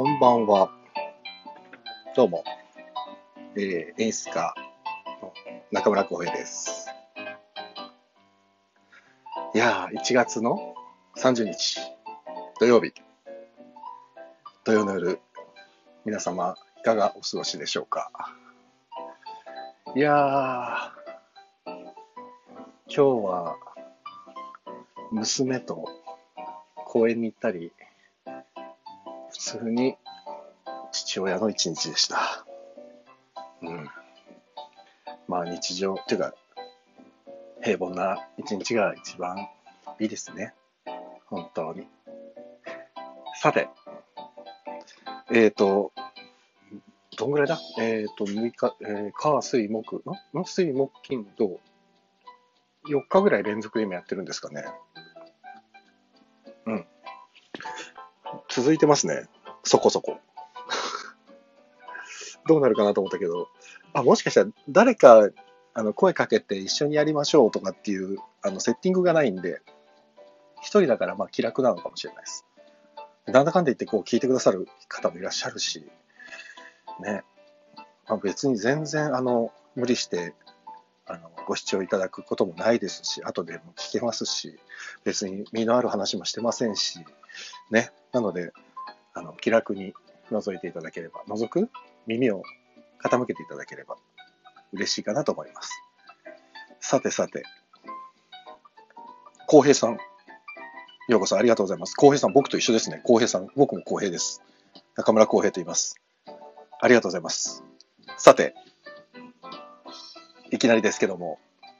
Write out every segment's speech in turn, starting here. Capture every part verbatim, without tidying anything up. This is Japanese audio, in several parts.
こんばんは。どうも、えー、演出家の中村浩平です。いやー、いちがつのさんじゅうにち土曜日、土曜の夜、皆様いかがお過ごしでしょうか。いやー、今日は娘と公園に行ったり、普通に父親の一日でした。うん。まあ日常っていうか平凡な一日が一番いいですね。本当に。さて、えっと、どんぐらいだえっと、むいか、えー、火、水、木、んん水、木、金、土、よっかぐらい連続で今やってるんですかね。うん。続いてますね。そこそこ。どうなるかなと思ったけど、あ、もしかしたら誰かあの声かけて一緒にやりましょうとかっていうあのセッティングがないんで、一人だからまあ気楽なのかもしれないです。なんだかんだ言ってこう聞いてくださる方もいらっしゃるし、ね。まあ、別に全然あの無理してあのご視聴いただくこともないですし、後でも聞けますし、別に身のある話もしてませんし、ね。なので、あの気楽に覗いていただければ、覗く耳を傾けていただければ嬉しいかなと思います。さてさて、浩平さん、ようこそありがとうございます。浩平さん、僕と一緒ですね。浩平さん、僕も浩平です。中村浩平と言います。ありがとうございます。さて、いきなりですけども、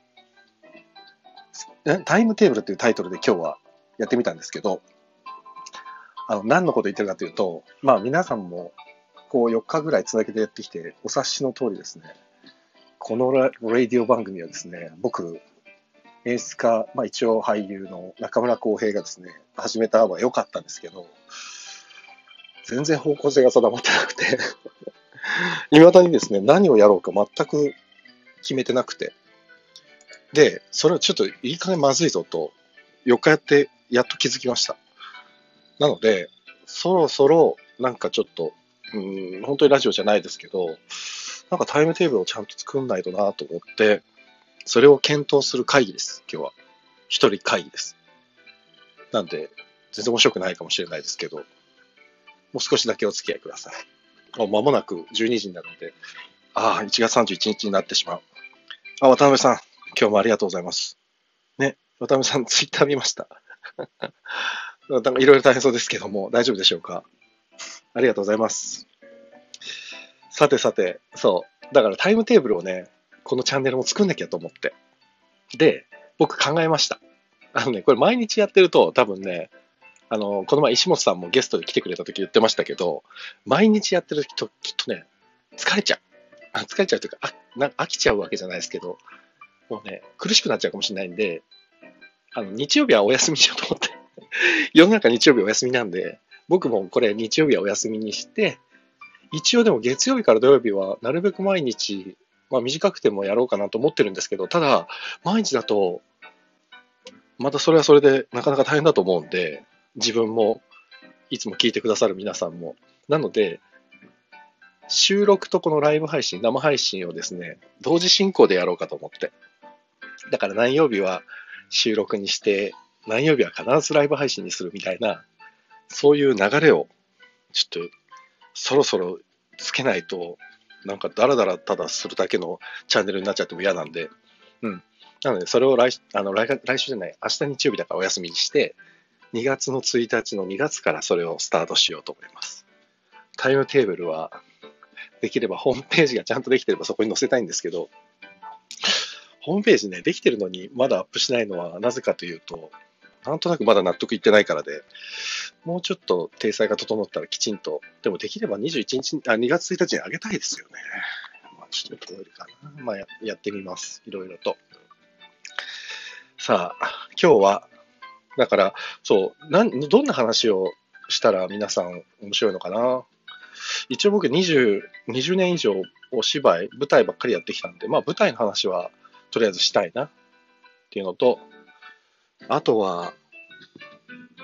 タイムテーブルというタイトルで今日はやってみたんですけど、あの何のこと言ってるかというと、まあ皆さんもこうよっかぐらい続けてやってきてお察しの通りですね、このララディオ番組はですね、僕、演出家、まあ一応俳優の中村浩平がですね、始めたのは良かったんですけど、全然方向性が定まってなくて、未だにですね、何をやろうか全く決めてなくて、で、それはちょっといい加減まずいぞと、よっかやってやっと気づきました。なので、そろそろなんかちょっと、うん、本当にラジオじゃないですけど、なんかタイムテーブルをちゃんと作んないとなと思って、それを検討する会議です、今日は。一人会議です。なんで、全然面白くないかもしれないですけど、もう少しだけお付き合いください。もう間もなくじゅうにじになるので、ああ、いちがつさんじゅういちにちになってしまう。あ、渡辺さん、今日もありがとうございます。ね、渡辺さん、ツイッター見ました。なんかいろいろ大変そうですけども、大丈夫でしょうか。ありがとうございます。さてさて、そう。だからタイムテーブルをね、このチャンネルも作んなきゃと思って。で、僕考えました。あのね、これ毎日やってると多分ね、あの、この前石本さんもゲストで来てくれた時言ってましたけど、毎日やってるときっとね、疲れちゃう。あ疲れちゃうというか、あな飽きちゃうわけじゃないですけど、もうね、苦しくなっちゃうかもしれないんで、あの、日曜日はお休みしようと思って。世の中日曜日お休みなんで、僕もこれ日曜日はお休みにして、一応でも月曜日から土曜日はなるべく毎日、まあ短くてもやろうかなと思ってるんですけど、ただ、毎日だと、またそれはそれでなかなか大変だと思うんで、自分も、いつも聞いてくださる皆さんも。なので、収録とこのライブ配信、生配信をですね、同時進行でやろうかと思って。だから何曜日は収録にして、何曜日は必ずライブ配信にするみたいな、そういう流れを、ちょっと、そろそろつけないと、なんかダラダラただするだけのチャンネルになっちゃっても嫌なんで、うん。なので、それを来あの来来週じゃない、明日日曜日だからお休みにして、にがつのついたちのにがつからそれをスタートしようと思います。タイムテーブルは、できればホームページがちゃんとできてればそこに載せたいんですけど、ホームページね、できてるのにまだアップしないのはなぜかというと、なんとなくまだ納得いってないからで、もうちょっと体裁が整ったらきちんと、でもできればにじゅういちにち、あ、にがつついたちに上げたいですよね。まあ、ちょっと無理かな。まあや、やってみます。いろいろと。さあ、今日は、だから、そう、なん、どんな話をしたら皆さん面白いのかな。一応僕にじゅう、にじゅうねん以上お芝居、舞台ばっかりやってきたんで、まあ舞台の話はとりあえずしたいなっていうのと、あとは、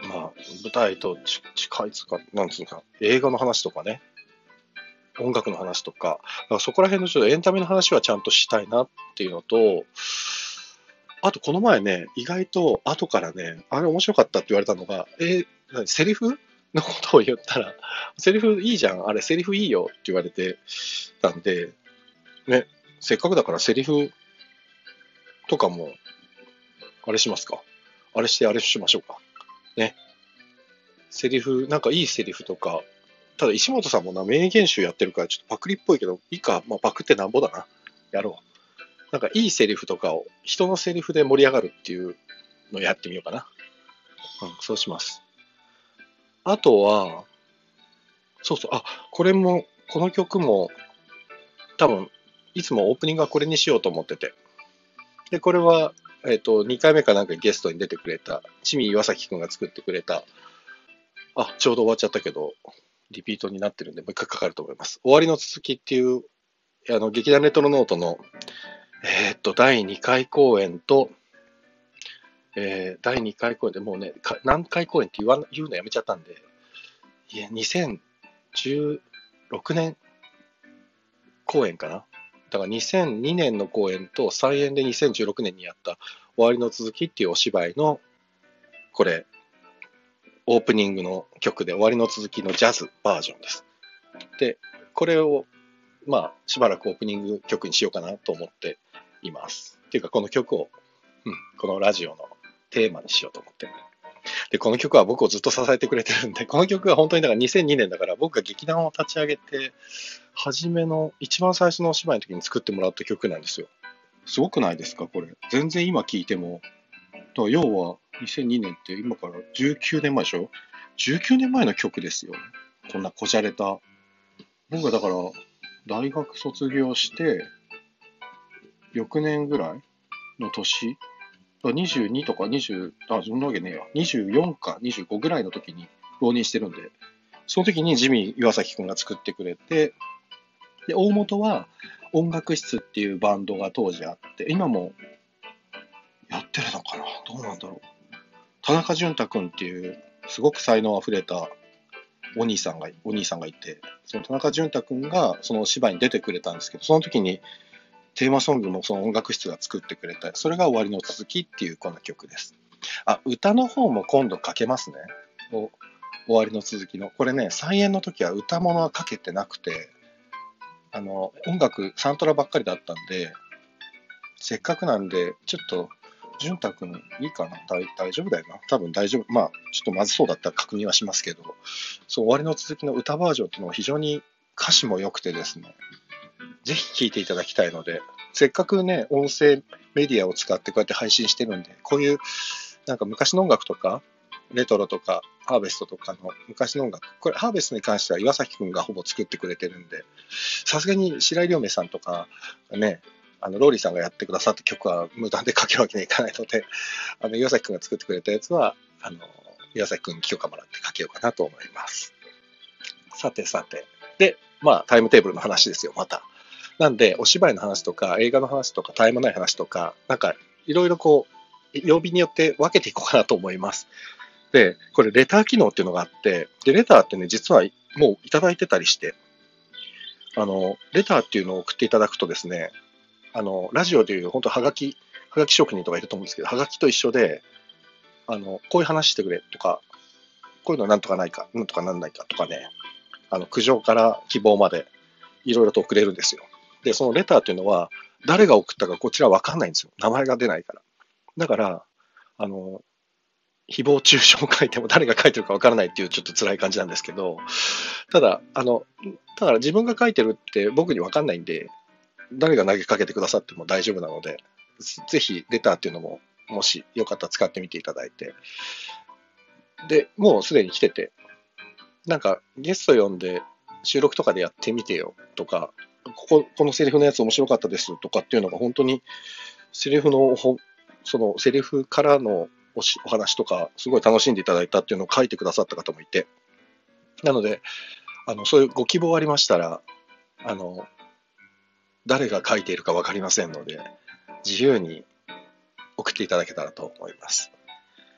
まあ、舞台とち近いつか、なんつうか、映画の話とかね、音楽の話とか、だからそこら辺のちょっとエンタメの話はちゃんとしたいなっていうのと、あとこの前ね、意外と後からね、あれ面白かったって言われたのが、えー何セリフのことを言ったら、セリフいいじゃん、あれセリフいいよって言われてたんで、ね、せっかくだからセリフとかも、あれしますか。あれしてあれしましょうか。ね。セリフ、なんかいいセリフとか、ただ石本さんもな、名言集やってるからちょっとパクリっぽいけど、いいか、まあパクってなんぼだな。やろう。なんかいいセリフとかを、人のセリフで盛り上がるっていうのをやってみようかな。うん、そうします。あとは、そうそう、あ、これも、この曲も、多分、いつもオープニングはこれにしようと思ってて。で、これは、えっと、にかいめかなんかゲストに出てくれた、チミ岩崎くんが作ってくれた、あ、ちょうど終わっちゃったけど、リピートになってるんで、もう一回かかると思います。終わりの続きっていう、あの、劇団レトロノートの、えーっと、だいにかい公演と、えー、だいにかい公演でもうね、か何回公演って言わ言うのやめちゃったんで、いや、にせんじゅうろくねん公演かな。だからにせんにねんの公演と再演でにせんじゅうろくねんにやった終わりの続きっていうお芝居の、これ、オープニングの曲で終わりの続きのジャズバージョンです。で、これを、まあ、しばらくオープニング曲にしようかなと思っています。っていうか、この曲を、うん、このラジオのテーマにしようと思ってる。で、この曲は僕をずっと支えてくれてるんで、この曲は本当にだからにせんにねんだから僕が劇団を立ち上げて、初めの、一番最初のお芝居の時に作ってもらった曲なんですよ。すごくないですか、これ。全然今聴いても。だから要はにせんにねんって今からじゅうきゅうねんまえでしょ？ じゅうきゅう 年前の曲ですよ。こんなこじゃれた。僕がだから大学卒業して、翌年ぐらいの年、にじゅうにとかにじゅう、あ、そんなわけねえよ。にじゅうよんかにじゅうごぐらいの時に浪人してるんで、その時にジミー岩崎くんが作ってくれて、で、大元は音楽室っていうバンドが当時あって、今もやってるのかな、どうなんだろう。田中淳太くんっていうすごく才能あふれたお兄さんが、お兄さんがいて、その田中淳太くんがその芝居に出てくれたんですけど、その時にテーマソングもその音楽室が作ってくれた、それが終わりの続きっていうこの曲です。あ、歌の方も今度かけますね。お終わりの続きの。これね、再演の時は歌物はかけてなくて、あの、音楽、サントラばっかりだったんで、せっかくなんで、ちょっと、潤太くんいいかな、大大丈夫だよな。多分大丈夫。まあ、ちょっとまずそうだったら確認はしますけど、そう、終わりの続きの歌バージョンっていうのは非常に歌詞も良くてですね、ぜひ聴いていただきたいので、せっかくね、音声メディアを使ってこうやって配信してるんで、こういうなんか昔の音楽とか、レトロとか、ハーベストとかの昔の音楽、これハーベストに関しては岩崎くんがほぼ作ってくれてるんで、さすがに白井亮明さんとか、ね、あのローリーさんがやってくださった曲は無断でかけるわけにはいかないので、あの岩崎くんが作ってくれたやつは、あの岩崎くんに許可もらってかけようかなと思います。さてさて。で、まあタイムテーブルの話ですよ、また。なんで、お芝居の話とか、映画の話とか、絶え間ない話とか、なんか、いろいろこう、曜日によって分けていこうかなと思います。で、これ、レター機能っていうのがあって、で、レターってね、実はもういただいてたりして、あの、レターっていうのを送っていただくとですね、あの、ラジオでいう、本当はがき、はがき職人とかいると思うんですけど、はがきと一緒で、あの、こういう話してくれとか、こういうのなんとかないか、なんとかなんないかとかね、あの、苦情から希望まで、いろいろと送れるんですよ。で、そのレターっていうのは、誰が送ったかこちらわかんないんですよ。名前が出ないから。だから、あの、誹謗中傷を書いても誰が書いてるかわからないっていうちょっと辛い感じなんですけど、ただ、あの、だから自分が書いてるって僕にわかんないんで、誰が投げかけてくださっても大丈夫なので、ぜひレターっていうのも、もしよかったら使ってみていただいて。で、もうすでに来てて、なんかゲスト呼んで収録とかでやってみてよとか、ここ、このセリフのやつ面白かったですとかっていうのが本当にセリフのほ、そのセリフからのおしお話とかすごい楽しんでいただいたっていうのを書いてくださった方もいて、なので、あの、そういうご希望ありましたら、あの、誰が書いているかわかりませんので、自由に送っていただけたらと思います。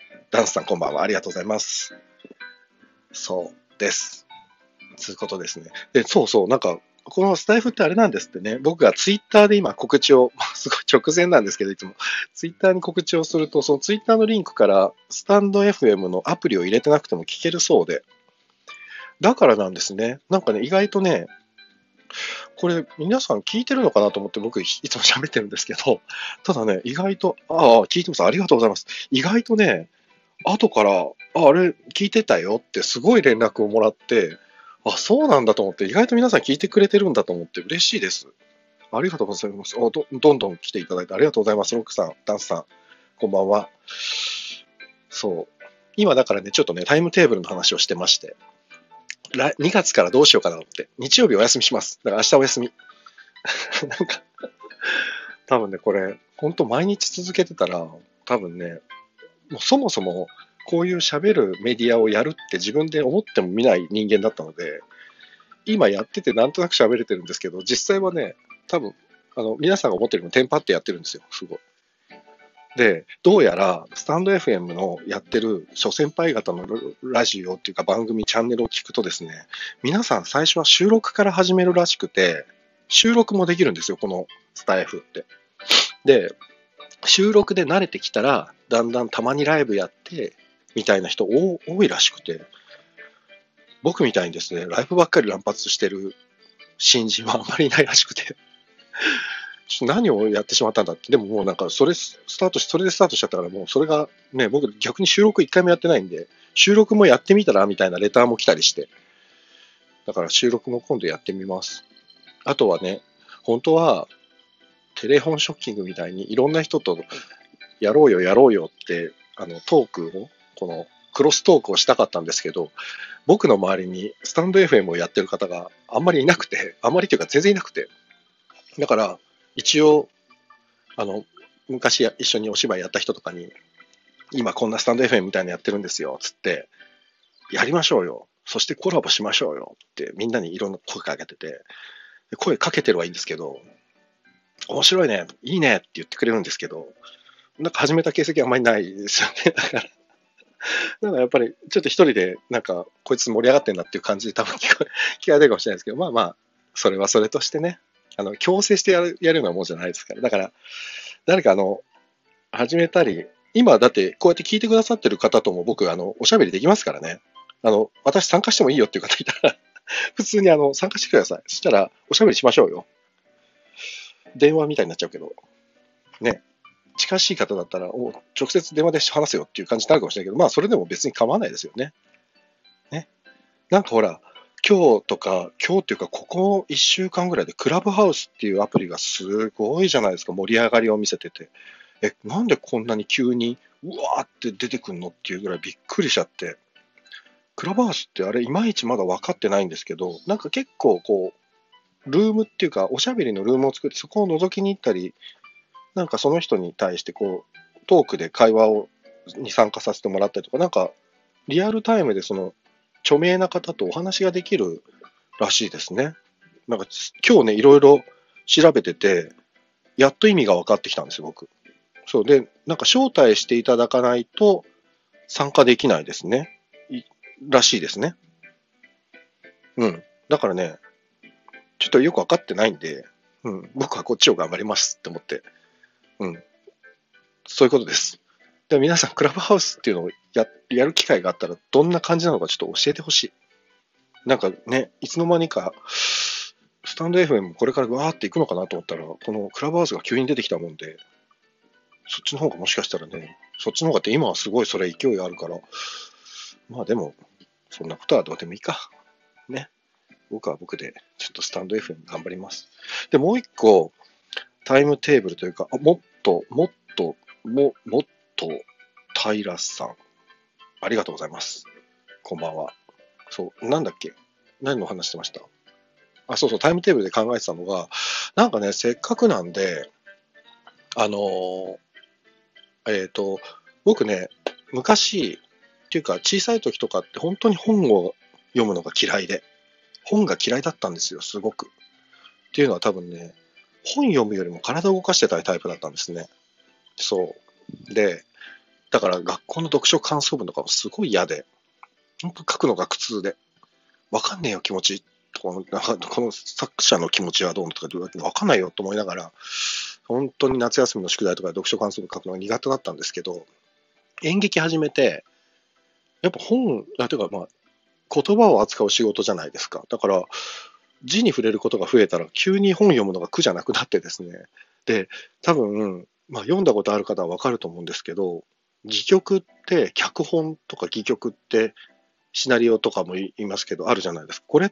ダンスさんこんばんは。ありがとうございます。そうです。つうことですね。で、そうそう、なんか、このスタイフってあれなんですってね。僕がツイッターで今告知を、すごい直前なんですけど、いつも。ツイッターに告知をすると、そのツイッターのリンクからスタンド エフエム のアプリを入れてなくても聞けるそうで。だからなんですね。なんかね、意外とね、これ皆さん聞いてるのかなと思って僕いつも喋ってるんですけど、ただね、意外と、ああ、聞いてます。ありがとうございます。意外とね、後から、あ、あれ聞いてたよってすごい連絡をもらって、あ、そうなんだと思って、意外と皆さん聞いてくれてるんだと思って嬉しいです。ありがとうございます。おどどんどん来ていただいてありがとうございます。ロックさん、ダンスさん、こんばんは。そう。今だからね、ちょっとね、タイムテーブルの話をしてまして、にがつからどうしようかなと思って、日曜日お休みします。だから明日お休み。なんか、多分ね、これ、本当毎日続けてたら、多分ね、もうそもそもこういう喋るメディアをやるって自分で思っても見ない人間だったので、今やっててなんとなく喋れてるんですけど、実際はね、多分、あの、皆さんが思ってるのテンパってやってるんですよ、すごい。で、どうやら、スタンド エフエム のやってる諸先輩方のラジオっていうか番組、チャンネルを聞くとですね、皆さん最初は収録から始めるらしくて、収録もできるんですよ、このスタイフって。で、収録で慣れてきたら、だんだんたまにライブやって、みたいな人多いらしくて、僕みたいにですね、ライブばっかり乱発してる新人はあんまりいないらしくて、ちょっと何をやってしまったんだって、でももうなんかそれスタートし、それでスタートしちゃったからもうそれがね、僕逆に収録一回もやってないんで、収録もやってみたらみたいなレターも来たりして、だから収録も今度やってみます。あとはね、本当はテレフォンショッキングみたいにいろんな人とやろうよやろうよって、あのトークを、このクロストークをしたかったんですけど、僕の周りにスタンド エフエム をやってる方があんまりいなくて、あんまりというか全然いなくて、だから一応、あの、昔一緒にお芝居やった人とかに、今こんなスタンド エフエム みたいなのやってるんですよ、つって、やりましょうよ。そしてコラボしましょうよってみんなにいろんな声かけてて、声かけてるはいいんですけど、面白いね、いいねって言ってくれるんですけど、なんか始めた形跡あんまりないですよね。だから、なんかやっぱりちょっと一人でなんかこいつ盛り上がってんなっていう感じで多分聞こえ気が出るかもしれないですけど、まあまあ、それはそれとしてね、あの、強制してやるやるようなもんじゃないですから。だから、誰かあの、始めたり、今だってこうやって聞いてくださってる方とも僕、あの、おしゃべりできますからね。あの、私参加してもいいよっていう方いたら、普通にあの、参加してください。そしたら、おしゃべりしましょうよ。電話みたいになっちゃうけど、ね。近しい方だったら、お直接電話で話せよっていう感じになるかもしれないけど、まあ、それでも別に構わないですよね。ね。なんかほら、今日とか、今日っていうか、ここいっしゅうかんぐらいで、クラブハウスっていうアプリがすごいじゃないですか、盛り上がりを見せてて。え、なんでこんなに急に、うわーって出てくるのっていうぐらいびっくりしちゃって、クラブハウスってあれ、いまいちまだ分かってないんですけど、なんか結構こう、ルームっていうか、おしゃべりのルームを作って、そこを覗きに行ったり、なんかその人に対してこう、トークで会話をに参加させてもらったりとか、なんかリアルタイムでその著名な方とお話ができるらしいですね。なんか今日ね、いろいろ調べてて、やっと意味が分かってきたんですよ、僕。そうで、なんか招待していただかないと参加できないですね。らしいですね。うん。だからね、ちょっとよく分かってないんで、うん、僕はこっちを頑張りますって思って、うん、そういうことです。で皆さん、クラブハウスっていうのをややる機会があったら、どんな感じなのかちょっと教えてほしい。なんかね、いつの間にか、スタンド エフエム これからわーっていくのかなと思ったら、このクラブハウスが急に出てきたもんで、そっちの方がもしかしたらね、そっちの方がって今はすごいそれ勢いあるから、まあでも、そんなことはどうでもいいか。ね。僕は僕で、ちょっとスタンド エフエム 頑張ります。で、もう一個、タイムテーブルというか、あもっと、もっと、も、もっと、平さん、ありがとうございます。こんばんは。そう、なんだっけ何の話してました？あ、そうそう、タイムテーブルで考えてたのが、なんかね、せっかくなんで、あのーえっと、僕ね、昔、っていうか小さい時とかって本当に本を読むのが嫌いで、本が嫌いだったんですよ、すごく。っていうのは多分ね、本読むよりも体を動かしてたいタイプだったんですね。そう。で、 だから学校の読書感想文とかもすごい嫌で、本当書くのが苦痛で、わかんねえよ気持ちとか、なんかこの作者の気持ちはどうのとかわかんないよと思いながら、本当に夏休みの宿題とか読書感想文書くのが苦手だったんですけど、演劇始めて、やっぱ本、あ、ていうかまあ、言葉を扱う仕事じゃないですか。だから、字に触れることが増えたら、急に本読むのが苦じゃなくなってですね。で、多分、まあ、読んだことある方はわかると思うんですけど、戯曲って、脚本とか戯曲って、シナリオとかも言いますけど、あるじゃないですか。これって、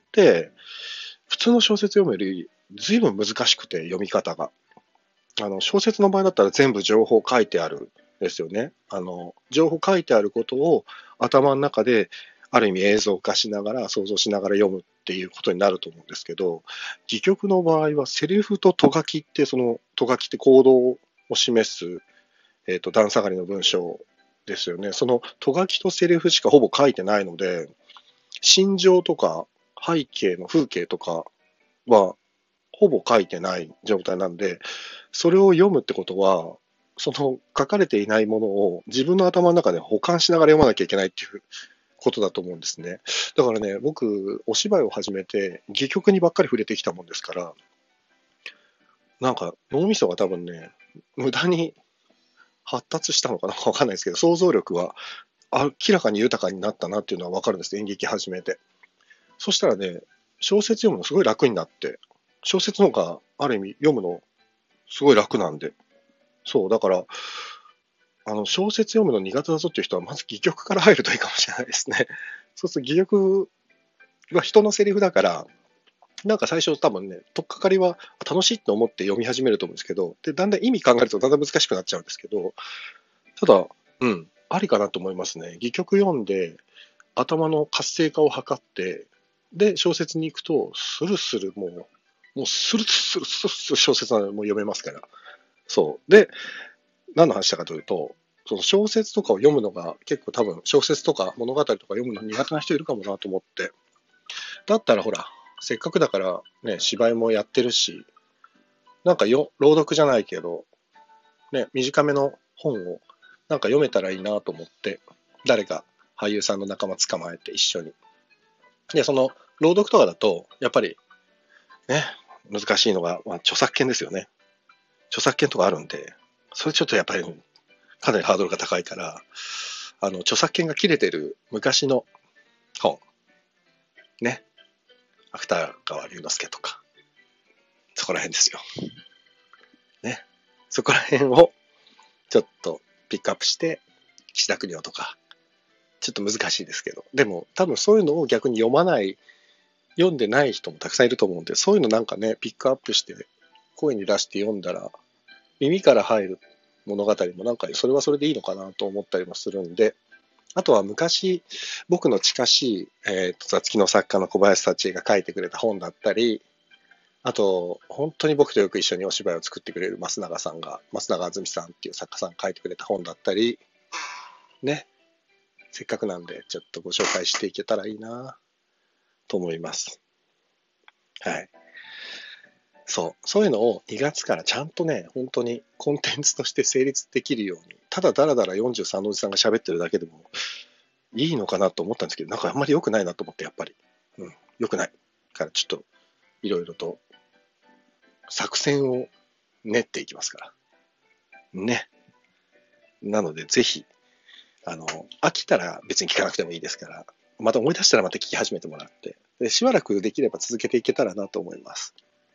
普通の小説読むより、随分難しくて、読み方が。あの、小説の場合だったら全部情報書いてあるんですよね。あの、情報書いてあることを頭の中で、ある意味映像化しながら、想像しながら読むっていうことになると思うんですけど、戯曲の場合はセリフとと書きって、そのと書きって行動を示す、えっと、段下がりの文章ですよね。そのと書きとセリフしかほぼ書いてないので、心情とか背景の風景とかはほぼ書いてない状態なんで、それを読むってことは、その書かれていないものを自分の頭の中で保管しながら読まなきゃいけないっていうことだと思うんですね。だからね、僕、お芝居を始めて、戯曲にばっかり触れてきたもんですから、なんか脳みそが多分ね、無駄に発達したのかなわかんないですけど、想像力は明らかに豊かになったなっていうのはわかるんです、演劇始めて。そしたらね、小説読むのすごい楽になって、小説の方がある意味読むのすごい楽なんで、そう、だから、あの、小説読むの苦手だぞっていう人は、まず戯曲から入るといいかもしれないですね。そうすると戯曲は人のセリフだから、なんか最初多分ね、とっかかりは楽しいと思って読み始めると思うんですけど、で、だんだん意味考えるとだんだん難しくなっちゃうんですけど、ただ、うん、ありかなと思いますね。戯曲読んで、頭の活性化を図って、で、小説に行くと、スルスルもう、もうスルスルスルスル小説なのでもう読めますから。そう。で、何の話したかというと、その小説とかを読むのが結構多分小説とか物語とか読むの苦手な人いるかもなと思って。だったらほら、せっかくだからね、芝居もやってるし、なんかよ朗読じゃないけど、ね、短めの本をなんか読めたらいいなと思って、誰か俳優さんの仲間捕まえて一緒に。で、その朗読とかだと、やっぱりね、難しいのが、まあ、著作権ですよね。著作権とかあるんで、それちょっとやっぱりかなりハードルが高いから、あの、著作権が切れてる昔の本、ね、芥川龍之介とか、そこら辺ですよ。ね。そこら辺をちょっとピックアップして、岸田邦夫とか、ちょっと難しいですけど、でも多分そういうのを逆に読まない、読んでない人もたくさんいると思うんで、そういうのなんかね、ピックアップして、声に出して読んだら、耳から入る物語もなんかそれはそれでいいのかなと思ったりもするんで、あとは昔、僕の近しい、えー、と雑記の作家の小林幸恵が書いてくれた本だったり、あと、本当に僕とよく一緒にお芝居を作ってくれる増永さんが、増永あずみさんっていう作家さんが書いてくれた本だったり、ね、せっかくなんでちょっとご紹介していけたらいいなと思います。はい。そう、そういうのをにがつからちゃんとね、本当にコンテンツとして成立できるように、ただだらだらよんじゅうさんのおじさんが喋ってるだけでもいいのかなと思ったんですけど、なんかあんまり良くないなと思って、やっぱり。うん、良くない。からちょっといろいろと作戦を練っていきますから。ね。なので、ぜひ、あの、飽きたら別に聞かなくてもいいですから、また思い出したらまた聞き始めてもらって、でしばらくできれば続けていけたらなと思います。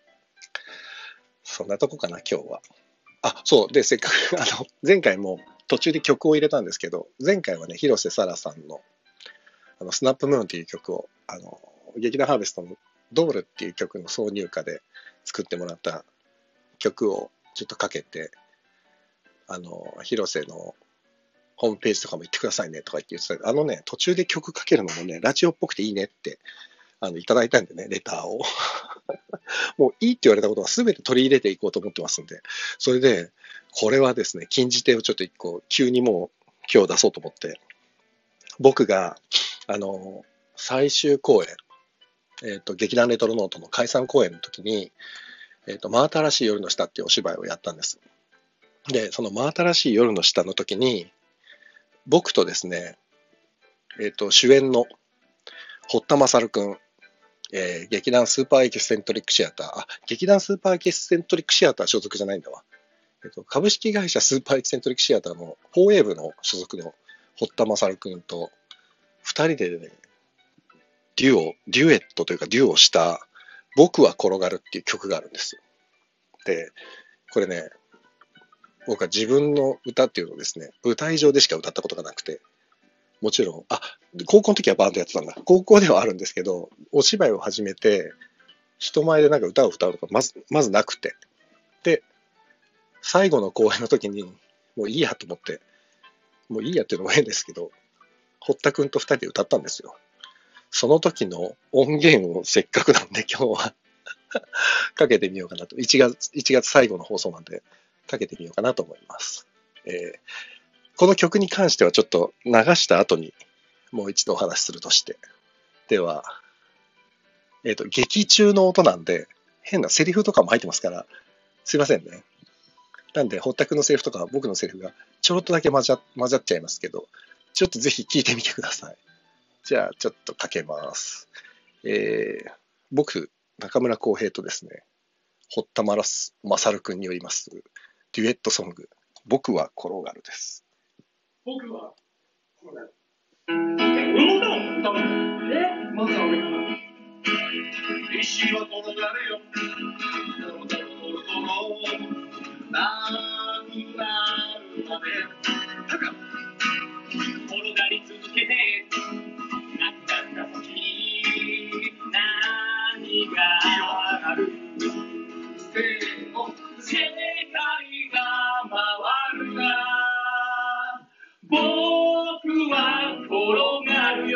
そんなとこかな、今日は。あ、そう。で、せっかく、あの、前回も途中で曲を入れたんですけど、前回はね、広瀬沙羅さんの、あの、スナップムーンっていう曲を、あの、劇団ハーベストのドールっていう曲の挿入歌で作ってもらった曲をちょっとかけて、あの、広瀬のホームページとかも行ってくださいねとか言って言ってたあのね、途中で曲かけるのもね、ラジオっぽくていいねって、あの、いただいたんでね、レターを。もういいって言われたことは全て取り入れていこうと思ってますんで、それで、これはですね、禁じ手をちょっと一個、急にもう今日出そうと思って、僕が、あの、最終公演、えっ、と、劇団レトロノートの解散公演の時に、えっ、と、真新しい夜の下っていうお芝居をやったんです。で、その真新しい夜の下の時に、 僕とですね、えっと、主演の堀田勝くん、えー劇団スーパーエキセントリックシアター、あ、劇団スーパーエキセントリックシアター所属じゃないんだわ。えっと、株式会社スーパーエキセントリックシアターの放映部の所属の堀田勝くんと二人でね、デュオ、デュエットというかデュオした僕は転がるっていう曲があるんです。で、これね、僕は自分の歌っていうのをですね、舞台上でしか歌ったことがなくて、もちろん、あ、高校の時はバンドやってたんだ。高校ではあるんですけど、お芝居を始めて、人前でなんか歌を歌うとか、まず、まずなくて。で、最後の公演の時に、もういいやと思って、もういいやっていうのも変ですけど、堀田くんと二人で歌ったんですよ。その時の音源をせっかくなんで今日はかけてみようかなと。いちがつ、いちがつ最後の放送なんで、かけてみようかなと思います。えーこの曲に関してはちょっと流した後にもう一度お話しするとして。では、えっ、と、劇中の音なんで、変なセリフとかも入ってますから、すいませんね。なんで、堀田くんのセリフとか僕のセリフがちょろっとだけ混ざ混ざっちゃいますけど、ちょっとぜひ聞いてみてください。じゃあ、ちょっとかけます。えー、僕、中村浩平とですね、堀田勝くんによりますデュエットソング、僕は転がるです。僕は転がる。俺もだ多分。えまずは俺かな。石は転がるよ。コロコロコロコロ。なくなるまで。だから転がり続けて。なくなった時何がある。せーの。世界が回るな。僕は転がるよ。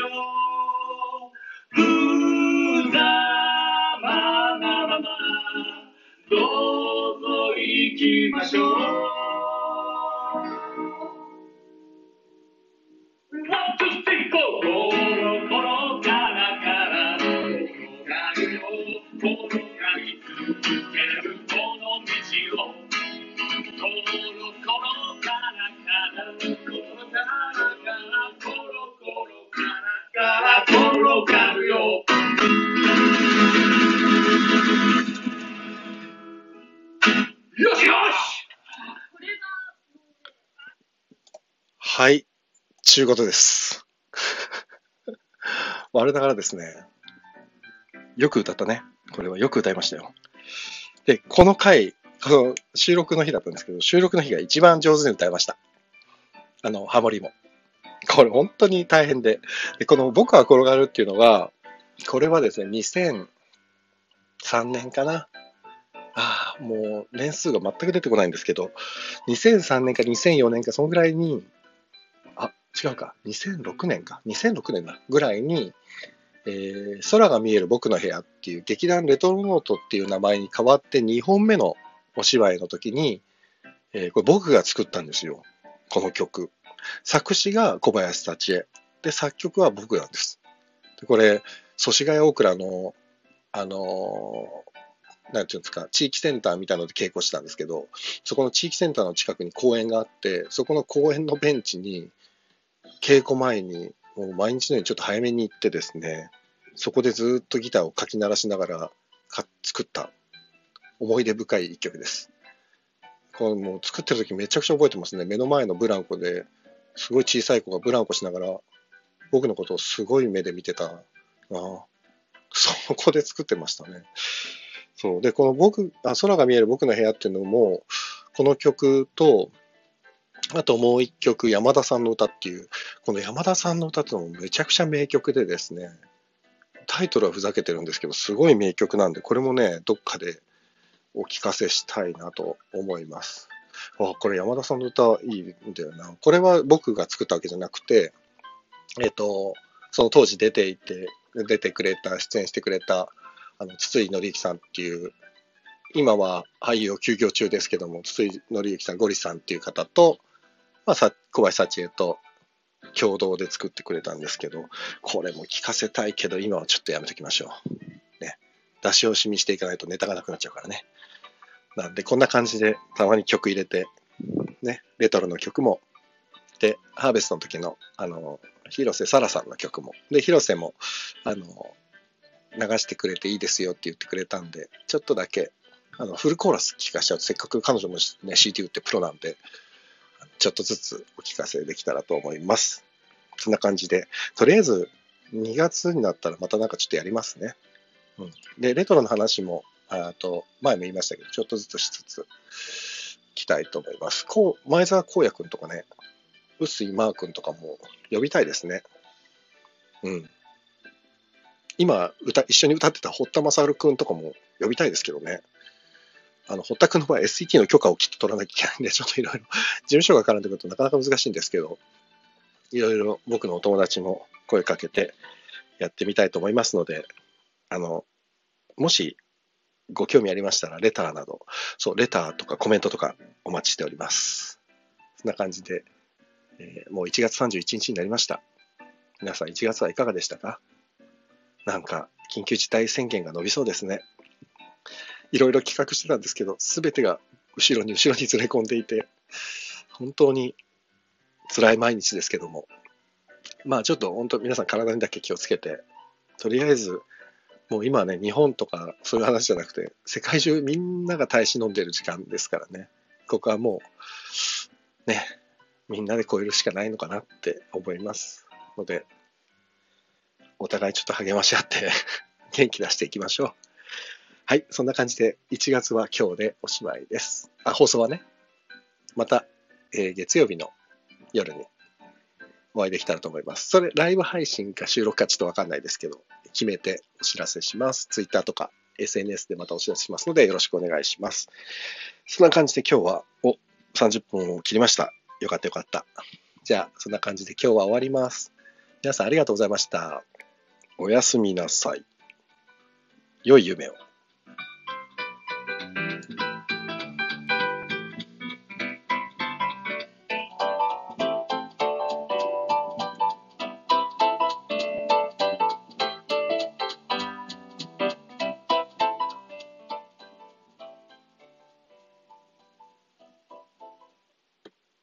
無様なままどうぞ行きましょう。ワン、ツー、スリー、ゴー。コロコロカラカラ転がるよ。転がり続けるこの道を。コロコロカラカラコロカラカラコロコロカラカラ転がるよ。よしよし。はい、ちゅうことです。我ながらですね、よく歌ったね。これはよく歌いましたよ。で、この回、この収録の日だったんですけど、収録の日が一番上手に歌いました。あの、ハモリも。これ本当に大変で。で、この僕は転がるっていうのが、これはですね、にせんさんねんかな。ああ、もう年数が全く出てこないんですけど、にせんさんねんかにせんよねんか、そのぐらいに、あ、違うか、にせんろくねんか、にせんろくねんだぐらいに、えー空が見える僕の部屋っていう劇団レトロノートっていう名前に変わってにほんめのお芝居の時に、えーこれ僕が作ったんですよ。この曲。作詞が小林幸恵。で、作曲は僕なんです。でこれ、祖師ヶ谷大倉の、あのーなんていうんですか、地域センターみたいなので稽古したんですけど、そこの地域センターの近くに公園があって、そこの公園のベンチに、稽古前に、もう毎日のようにちょっと早めに行ってですね、そこでずっとギターをかき鳴らしながらか作った思い出深い一曲です。これもう作ってる時めちゃくちゃ覚えてますね。目の前のブランコですごい小さい子がブランコしながら僕のことをすごい目で見てたな。そこで作ってましたね。そうで、この僕あ空が見える僕の部屋っていうのもこの曲と、あともう一曲山田さんの歌っていう、この山田さんの歌っていうのもめちゃくちゃ名曲でですね、タイトルはふざけてるんですけどすごい名曲なんで、これもねどっかでお聞かせしたいなと思います。あ、これ山田さんの歌いいんだよな。これは僕が作ったわけじゃなくて、えっと、その当時出ていて、出てくれた、出演してくれた、あの、筒井紀之さんっていう、今は俳優を休業中ですけども、筒井紀之さん、ゴリさんっていう方と、まあ、さ小林幸恵と共同で作ってくれたんですけど、これも聞かせたいけど、今はちょっとやめときましょう。ね。出し惜しみしていかないとネタがなくなっちゃうからね。なんで、こんな感じでたまに曲入れて、ね、レトロの曲もで、ハーベストの時の、あの、広瀬沙羅さんの曲も。で、広瀬も、あの、流してくれていいですよって言ってくれたんで、ちょっとだけ、あの、フルコーラス聞かしちゃうと、せっかく彼女もね、シーティー 打ってプロなんで、ちょっとずつお聞かせできたらと思います。そんな感じで、とりあえずにがつになったらまたなんかちょっとやりますね。うん、で、レトロの話も、あと、前も言いましたけど、ちょっとずつしつつ、いきたいと思います。こう、前澤光也くんとかね、臼井マー君とかも呼びたいですね。うん。今歌、一緒に歌ってた堀田勝くんとかも呼びたいですけどね。あの、堀田くんの場合 エスイーティー の許可をきっと取らなきゃいけないんで、ちょっといろいろ事務所が絡んでくるとなかなか難しいんですけど、いろいろ僕のお友達も声かけてやってみたいと思いますので、あの、もしご興味ありましたら、レターなど、そう、レターとかコメントとかお待ちしております。そんな感じで、えーもういちがつさんじゅういちにちになりました。皆さんいちがつはいかがでしたか？なんか、緊急事態宣言が伸びそうですね。いろいろ企画してたんですけど、すべてが後ろに後ろにずれ込んでいて、本当に辛い毎日ですけども、まあちょっと本当皆さん体にだけ気をつけて、とりあえず、もう今はね、日本とかそういう話じゃなくて、世界中みんなが耐え忍んでいる時間ですからね、ここはもう、ね、みんなで超えるしかないのかなって思いますので、お互いちょっと励まし合って元気出していきましょう。はい、そんな感じでいちがつは今日でおしまいです。あ、放送はね、また、えー月曜日の夜にお会いできたらと思います。それ、ライブ配信か収録かちょっとわかんないですけど、決めてお知らせします。Twitter とか エスエヌエス でまたお知らせしますので、よろしくお願いします。そんな感じで今日は、お、さんじゅっぷんを切りました。よかったよかった。じゃあ、そんな感じで今日は終わります。皆さんありがとうございました。おやすみなさい。良い夢を。